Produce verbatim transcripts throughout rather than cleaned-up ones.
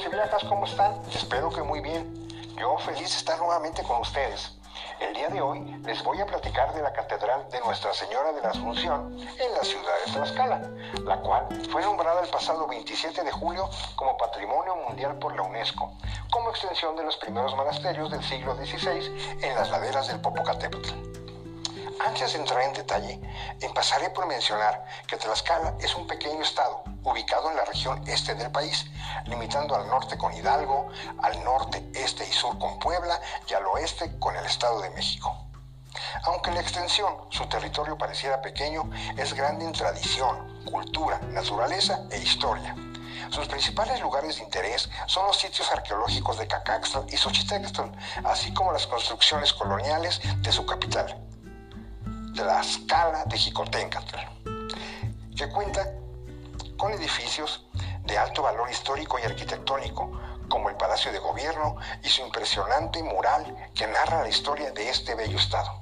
y viejas, ¿cómo están? Espero que muy bien. Yo feliz de estar nuevamente con ustedes. El día de hoy les voy a platicar de la Catedral de Nuestra Señora de la Asunción en la ciudad de Tlaxcala, la cual fue nombrada el pasado veintisiete de julio como Patrimonio Mundial por la UNESCO, como extensión de los primeros monasterios del siglo dieciséis en las laderas del Popocatépetl. Antes de entrar en detalle, empezaré por mencionar que Tlaxcala es un pequeño estado ubicado en la región este del país, limitando al norte con Hidalgo, al norte, este y sur con Puebla y al oeste con el Estado de México. Aunque en la extensión su territorio pareciera pequeño, es grande en tradición, cultura, naturaleza e historia. Sus principales lugares de interés son los sitios arqueológicos de Cacaxtla y Xochitectl, así como las construcciones coloniales de su capital, Tlaxcala de Xicoténcatl, que cuenta con edificios de alto valor histórico y arquitectónico, como el Palacio de Gobierno y su impresionante mural que narra la historia de este bello estado.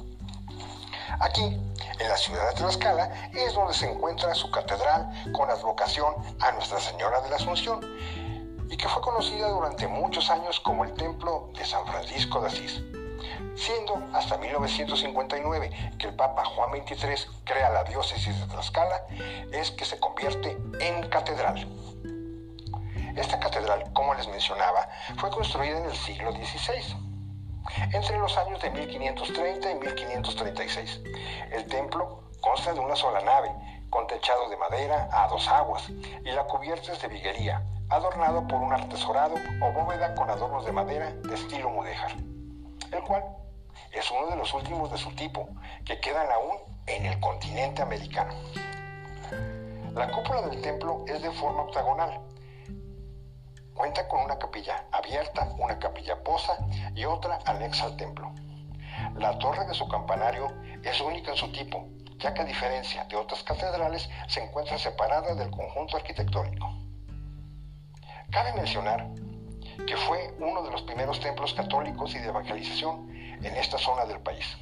Aquí, en la ciudad de Tlaxcala, es donde se encuentra su catedral con advocación a Nuestra Señora de la Asunción y que fue conocida durante muchos años como el Templo de San Francisco de Asís, siendo hasta mil novecientos cincuenta y nueve que el Papa Juan veintitrés crea la diócesis de Tlaxcala, es que se convierte en catedral. Esta catedral, como les mencionaba, fue construida en el siglo dieciséis, entre los años de mil quinientos treinta y mil quinientos treinta y seis. El templo consta de una sola nave, con techado de madera a dos aguas, y la cubierta es de viguería, adornado por un artesorado o bóveda con adornos de madera de estilo mudéjar, el cual es uno de los últimos de su tipo que quedan aún en el continente americano. La cúpula del templo es de forma octagonal. Cuenta con una capilla abierta, una capilla posa y otra anexa al templo. La torre de su campanario es única en su tipo, ya que a diferencia de otras catedrales se encuentra separada del conjunto arquitectónico. Cabe mencionar que fue uno de los primeros templos católicos y de evangelización en esta zona del país.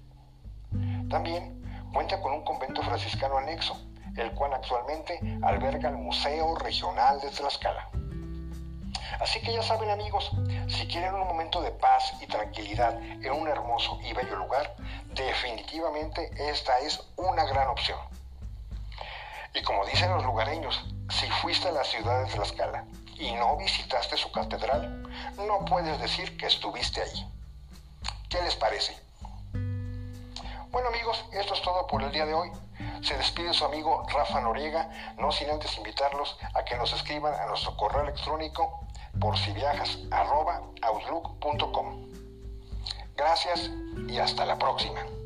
También cuenta con un convento franciscano anexo, el cual actualmente alberga el Museo Regional de Tlaxcala. Así que ya saben, amigos, si quieren un momento de paz y tranquilidad en un hermoso y bello lugar, definitivamente esta es una gran opción. Y como dicen los lugareños, si fuiste a la ciudad de Tlaxcala y no visitaste su catedral, no puedes decir que estuviste allí. ¿Qué les parece? Bueno, amigos, esto es todo por el día de hoy. Se despide su amigo Rafa Noriega, no sin antes invitarlos a que nos escriban a nuestro correo electrónico porciviajas arroba outlook punto com. Gracias y hasta la próxima.